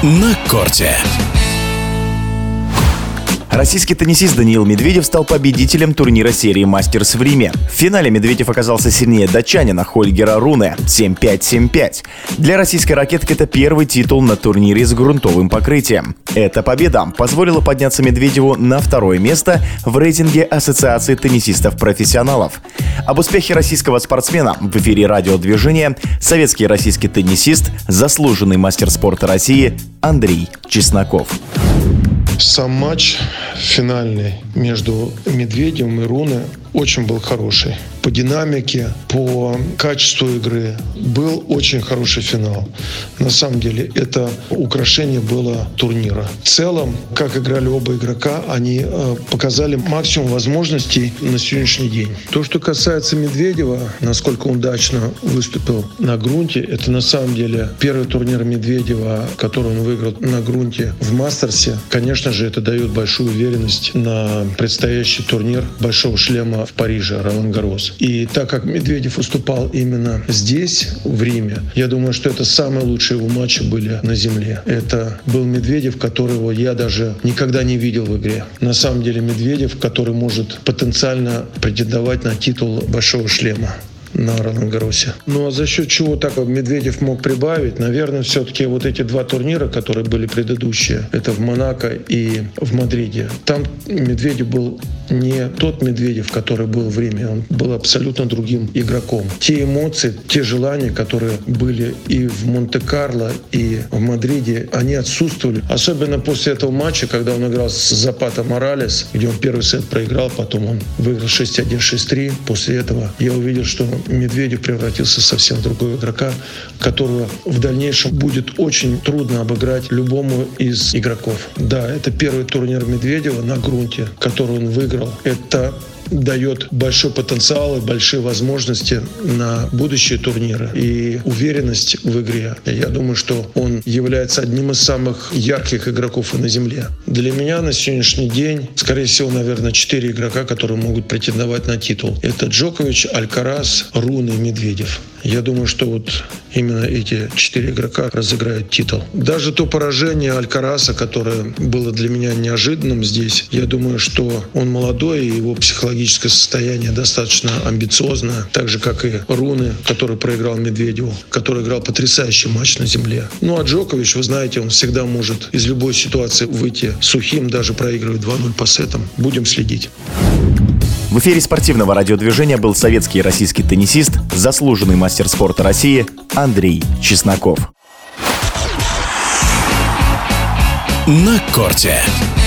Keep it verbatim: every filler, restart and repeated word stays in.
На корте. Российский теннисист Даниил Медведев стал победителем турнира серии «Мастерс» в Риме. В финале Медведев оказался сильнее датчанина Хольгера Руне семь пять - семь пять. Для российской ракетки это первый титул на турнире с грунтовым покрытием. Эта победа позволила подняться Медведеву на второе место в рейтинге Ассоциации теннисистов-профессионалов. Об успехе российского спортсмена в эфире радиодвижения советский и российский теннисист, заслуженный мастер спорта России Андрей Чесноков. Сам матч финальный между Медведевым и Руне очень был хороший. По динамике, по качеству игры был очень хороший финал. На самом деле это украшение было турнира. В целом, как играли оба игрока, они э, показали максимум возможностей на сегодняшний день. То, что касается Медведева, насколько он удачно выступил на грунте, это на самом деле первый турнир Медведева, который он выиграл на грунте в Мастерсе. Конечно же, это дает большую уверенность на предстоящий турнир Большого шлема в Париже, Ролан-Гаррос. И так как Медведев выступал именно здесь, в Риме, я думаю, что это самые лучшие его матчи были на земле. Это был Медведев, которого я даже никогда не видел в игре. На самом деле Медведев, который может потенциально претендовать на титул Большого шлема на Ролан-Гарросе. Ну а за счет чего так Медведев мог прибавить? Наверное, все-таки вот эти два турнира, которые были предыдущие, это в Монако и в Мадриде. Там Медведев был не тот Медведев, который был в Риме. Он был абсолютно другим игроком. Те эмоции, те желания, которые были и в Монте-Карло, и в Мадриде, они отсутствовали. Особенно после этого матча, когда он играл с Запата Моралес, где он первый сет проиграл, потом он выиграл шесть один - шесть три. После этого я увидел, что Медведев превратился совсем в другого игрока, которого в дальнейшем будет очень трудно обыграть любому из игроков. Да, это первый турнир Медведева на грунте, который он выиграл. Это дает большой потенциал и большие возможности на будущие турниры и уверенность в игре. Я думаю, что он является одним из самых ярких игроков и на земле. Для меня на сегодняшний день, скорее всего, наверное, четыре игрока, которые могут претендовать на титул. Это Джокович, Алькарас, Руне и Медведев. Я думаю, что вот именно эти четыре игрока разыграют титул. Даже то поражение Алькараса, которое было для меня неожиданным здесь, я думаю, что он молодой, и его психологическое состояние достаточно амбициозное, так же, как и Руне, который проиграл Медведеву, который играл потрясающий матч на земле. Ну а Джокович, вы знаете, он всегда может из любой ситуации выйти сухим, даже проигрывая два ноль по сетам. Будем следить. В эфире спортивного радиодвижения был советский и российский теннисист, заслуженный мастер спорта России Андрей Чесноков. На корте.